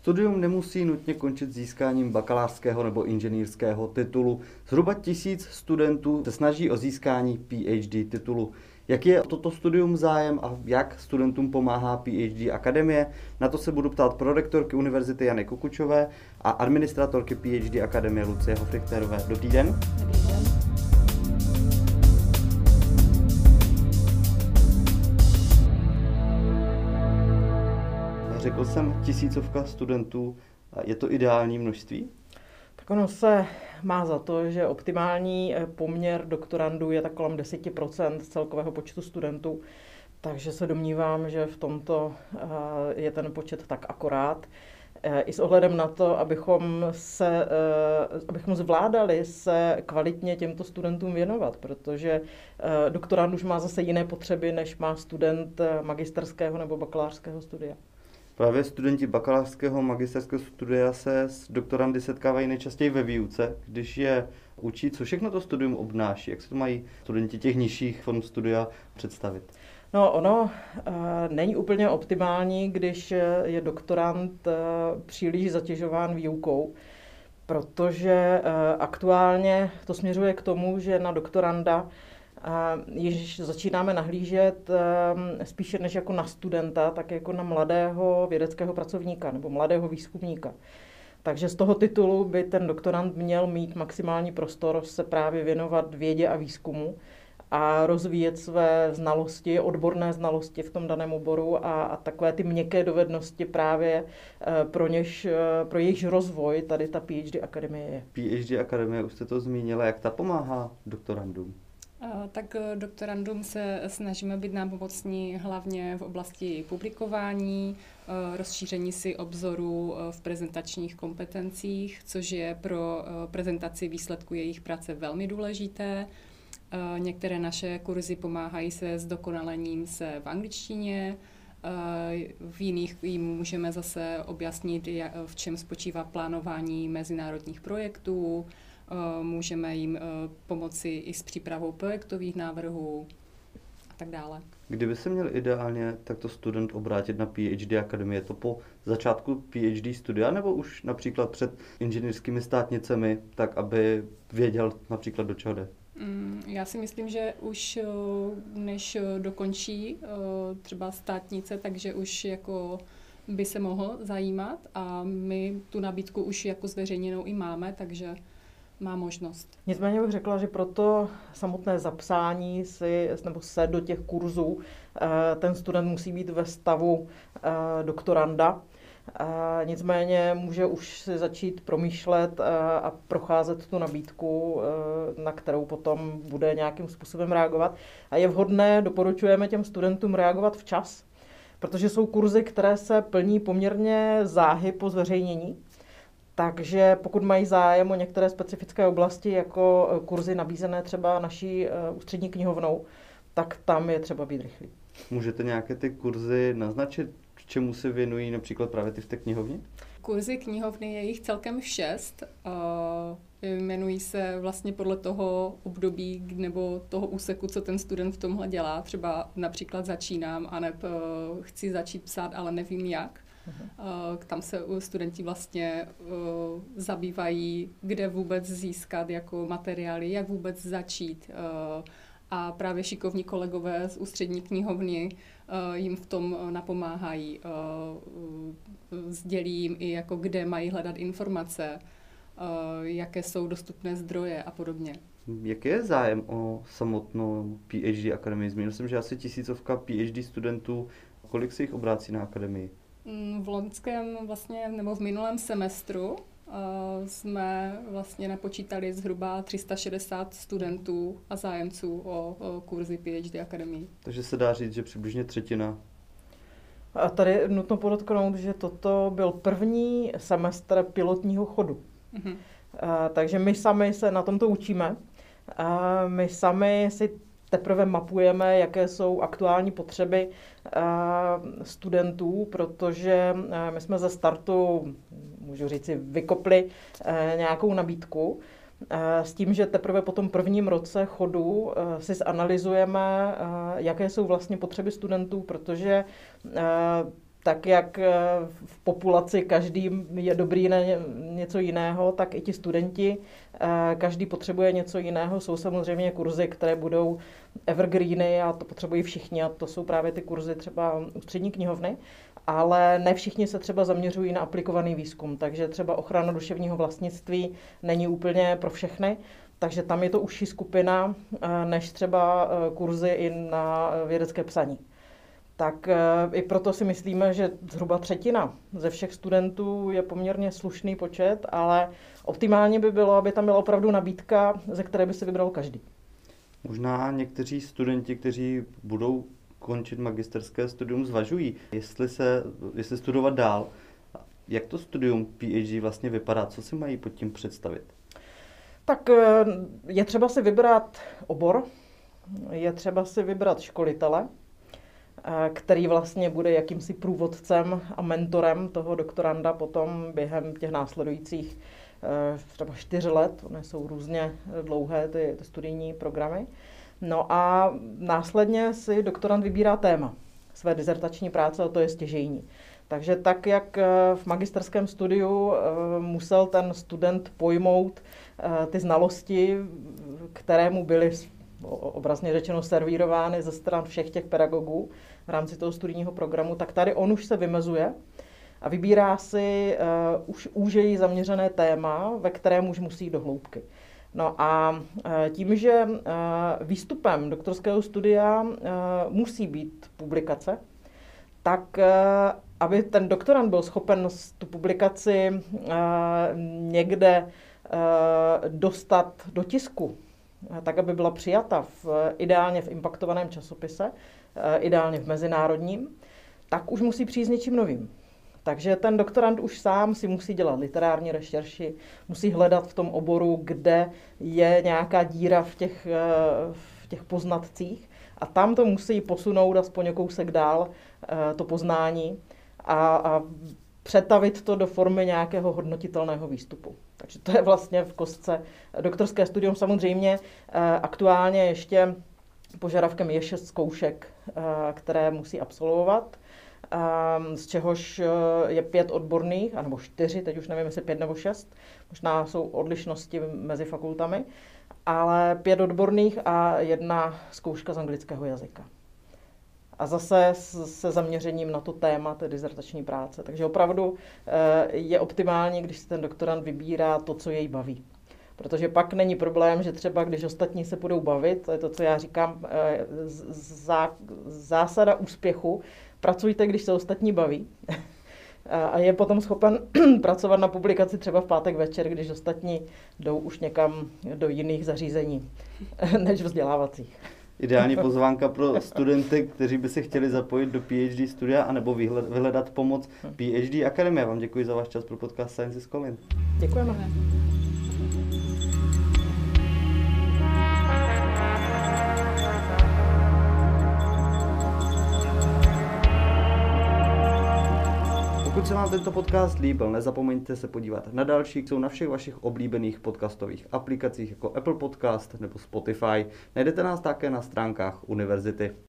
Studium nemusí nutně končit získáním bakalářského nebo inženýrského titulu. Zhruba 1000 studentů se snaží o získání PhD titulu. Jaký je toto studium zájem a jak studentům pomáhá PhD Akademie? Na to se budu ptát prorektorky Univerzity Jany Kukučové a administratorky PhD Akademie Lucie Hofrichterové. Dobrý den. Dobrý den. Řekl jsem 1000 studentů. Je to ideální množství? Tak ono se má za to, že optimální poměr doktorandů je tak kolem 10% celkového počtu studentů, takže se domnívám, že v tomto je ten počet tak akorát. I s ohledem na to, abychom zvládali se kvalitně těmto studentům věnovat, protože doktorand už má zase jiné potřeby, než má student magisterského nebo bakalářského studia. Právě studenti bakalářského magisterského studia se s doktorandy setkávají nejčastěji ve výuce, když je učí, co všechno to studium obnáší, jak se to mají studenti těch nižších form studia představit. No, ono není úplně optimální, když je doktorand příliš zatěžován výukou, protože aktuálně to směřuje k tomu, že na doktoranda již začínáme nahlížet spíše než jako na studenta, tak jako na mladého vědeckého pracovníka nebo mladého výzkumníka. Takže z toho titulu by ten doktorand měl mít maximální prostor se právě věnovat vědě a výzkumu a rozvíjet své znalosti, odborné znalosti v tom daném oboru a takové ty měkké dovednosti právě pro jejichž rozvoj tady ta PhD Akademie je. PhD Akademie, už jste to zmínila, jak ta pomáhá doktorandům? Tak doktorandům se snažíme být nápomocní hlavně v oblasti publikování, rozšíření si obzoru v prezentačních kompetencích, což je pro prezentaci výsledku jejich práce velmi důležité. Některé naše kurzy pomáhají se zdokonalením se v angličtině, v jiných jim můžeme zase objasnit, v čem spočívá plánování mezinárodních projektů, můžeme jim pomoci i s přípravou projektových návrhů a tak dále. Kdyby se měl ideálně takto student obrátit na PhD Akademie, je to po začátku PhD studia nebo už například před inženýrskými státnicemi, tak aby věděl například, do čeho jde? Já si myslím, že už než dokončí třeba státnice, takže už jako by se mohl zajímat a my tu nabídku už jako zveřejněnou i máme, takže má možnost. Nicméně bych řekla, že proto samotné zapsání se do těch kurzů ten student musí být ve stavu doktoranda. Nicméně může už si začít promýšlet a procházet tu nabídku, na kterou potom bude nějakým způsobem reagovat. A je vhodné, doporučujeme těm studentům reagovat včas, protože jsou kurzy, které se plní poměrně záhy po zveřejnění. Takže pokud mají zájem o některé specifické oblasti, jako kurzy nabízené třeba naší ústřední knihovnou, tak tam je třeba být rychlý. Můžete nějaké ty kurzy naznačit, čemu se věnují například právě ty v té knihovně? Kurzy knihovny je jich celkem 6. Jmenují se vlastně podle toho období nebo toho úseku, co ten student v tomhle dělá. Třeba například začínám, aneb chci začít psát, ale nevím jak. Tam se studenti vlastně zabývají, kde vůbec získat jako materiály, jak vůbec začít. A právě šikovní kolegové z ústřední knihovny jim v tom napomáhají. Sdělí jim i, jako kde mají hledat informace, jaké jsou dostupné zdroje a podobně. Jaký je zájem o samotnou PhD Akademii? Zmínil jsem, že asi 1000 PhD studentů. Kolik se jich obrácí na akademii? V loňském vlastně, nebo v minulém semestru jsme vlastně napočítali zhruba 360 studentů a zájemců o kurzy PhD Akademii. Takže se dá říct, že přibližně třetina. A tady nutno podotknout, že toto byl první semestr pilotního chodu. Mm-hmm. Takže my sami se na tomto učíme. My sami si teprve mapujeme, jaké jsou aktuální potřeby studentů, protože my jsme ze startu, můžu říci, vykopli nějakou nabídku s tím, že teprve po tom prvním roce chodu si zanalyzujeme, jaké jsou vlastně potřeby studentů, protože tak jak v populaci každý je dobrý na něco jiného, tak i ti studenti, každý potřebuje něco jiného. Jsou samozřejmě kurzy, které budou evergreeny a to potřebují všichni a to jsou právě ty kurzy třeba ústřední knihovny, ale ne všichni se třeba zaměřují na aplikovaný výzkum, takže třeba ochrana duševního vlastnictví není úplně pro všechny, takže tam je to užší skupina než třeba kurzy i na vědecké psaní. Tak i proto si myslíme, že zhruba třetina ze všech studentů je poměrně slušný počet, ale optimálně by bylo, aby tam byla opravdu nabídka, ze které by si vybral každý. Možná někteří studenti, kteří budou končit magisterské studium, zvažují, jestli studovat dál. Jak to studium PhD vlastně vypadá? Co si mají pod tím představit? Tak je třeba si vybrat obor, je třeba si vybrat školitele, který vlastně bude jakýmsi průvodcem a mentorem toho doktoranda potom během těch následujících třeba 4 let. Ony jsou různě dlouhé ty studijní programy. No a následně si doktorand vybírá téma své dizertační práce a to je stěžejní. Takže tak, jak v magisterském studiu musel ten student pojmout ty znalosti, které mu byly obrazně řečeno servírovány ze stran všech těch pedagogů v rámci toho studijního programu, tak tady on už se vymezuje a vybírá si už úžeji zaměřené téma, ve kterém už musí do hloubky. No a tím, že výstupem doktorského studia musí být publikace, tak aby ten doktorand byl schopen tu publikaci někde dostat do tisku, tak aby byla přijata ideálně v impaktovaném časopise, ideálně v mezinárodním, tak už musí přijít s něčím novým. Takže ten doktorand už sám si musí dělat literární rešerši, musí hledat v tom oboru, kde je nějaká díra v těch poznatcích a tam to musí posunout aspoň kousek dál, to poznání a přetavit to do formy nějakého hodnotitelného výstupu. Takže to je vlastně v kostce doktorské studium. Samozřejmě aktuálně ještě požadavkem je 6 zkoušek, které musí absolvovat, z čehož je 5 odborných, anebo 4, teď už nevím, jestli 5 nebo 6, možná jsou odlišnosti mezi fakultami, ale 5 odborných a 1 zkouška z anglického jazyka. A zase se zaměřením na to téma té dizertační práce. Takže opravdu je optimální, když si ten doktorand vybírá to, co jej baví. Protože pak není problém, že třeba když ostatní se budou bavit, to je to, co já říkám, zásada úspěchu, pracujte, když se ostatní baví. A je potom schopen pracovat na publikaci třeba v pátek večer, když ostatní jdou už někam do jiných zařízení než vzdělávacích. Ideální pozvánka pro studenty, kteří by se chtěli zapojit do PhD studia anebo vyhledat pomoc PhD Akademie. Vám děkuji za váš čas pro podcast Science is Calling. Děkujeme. Pokud se vám tento podcast líbil, nezapomeňte se podívat na další, jsou na všech vašich oblíbených podcastových aplikacích jako Apple Podcast nebo Spotify. Najdete nás také na stránkách univerzity.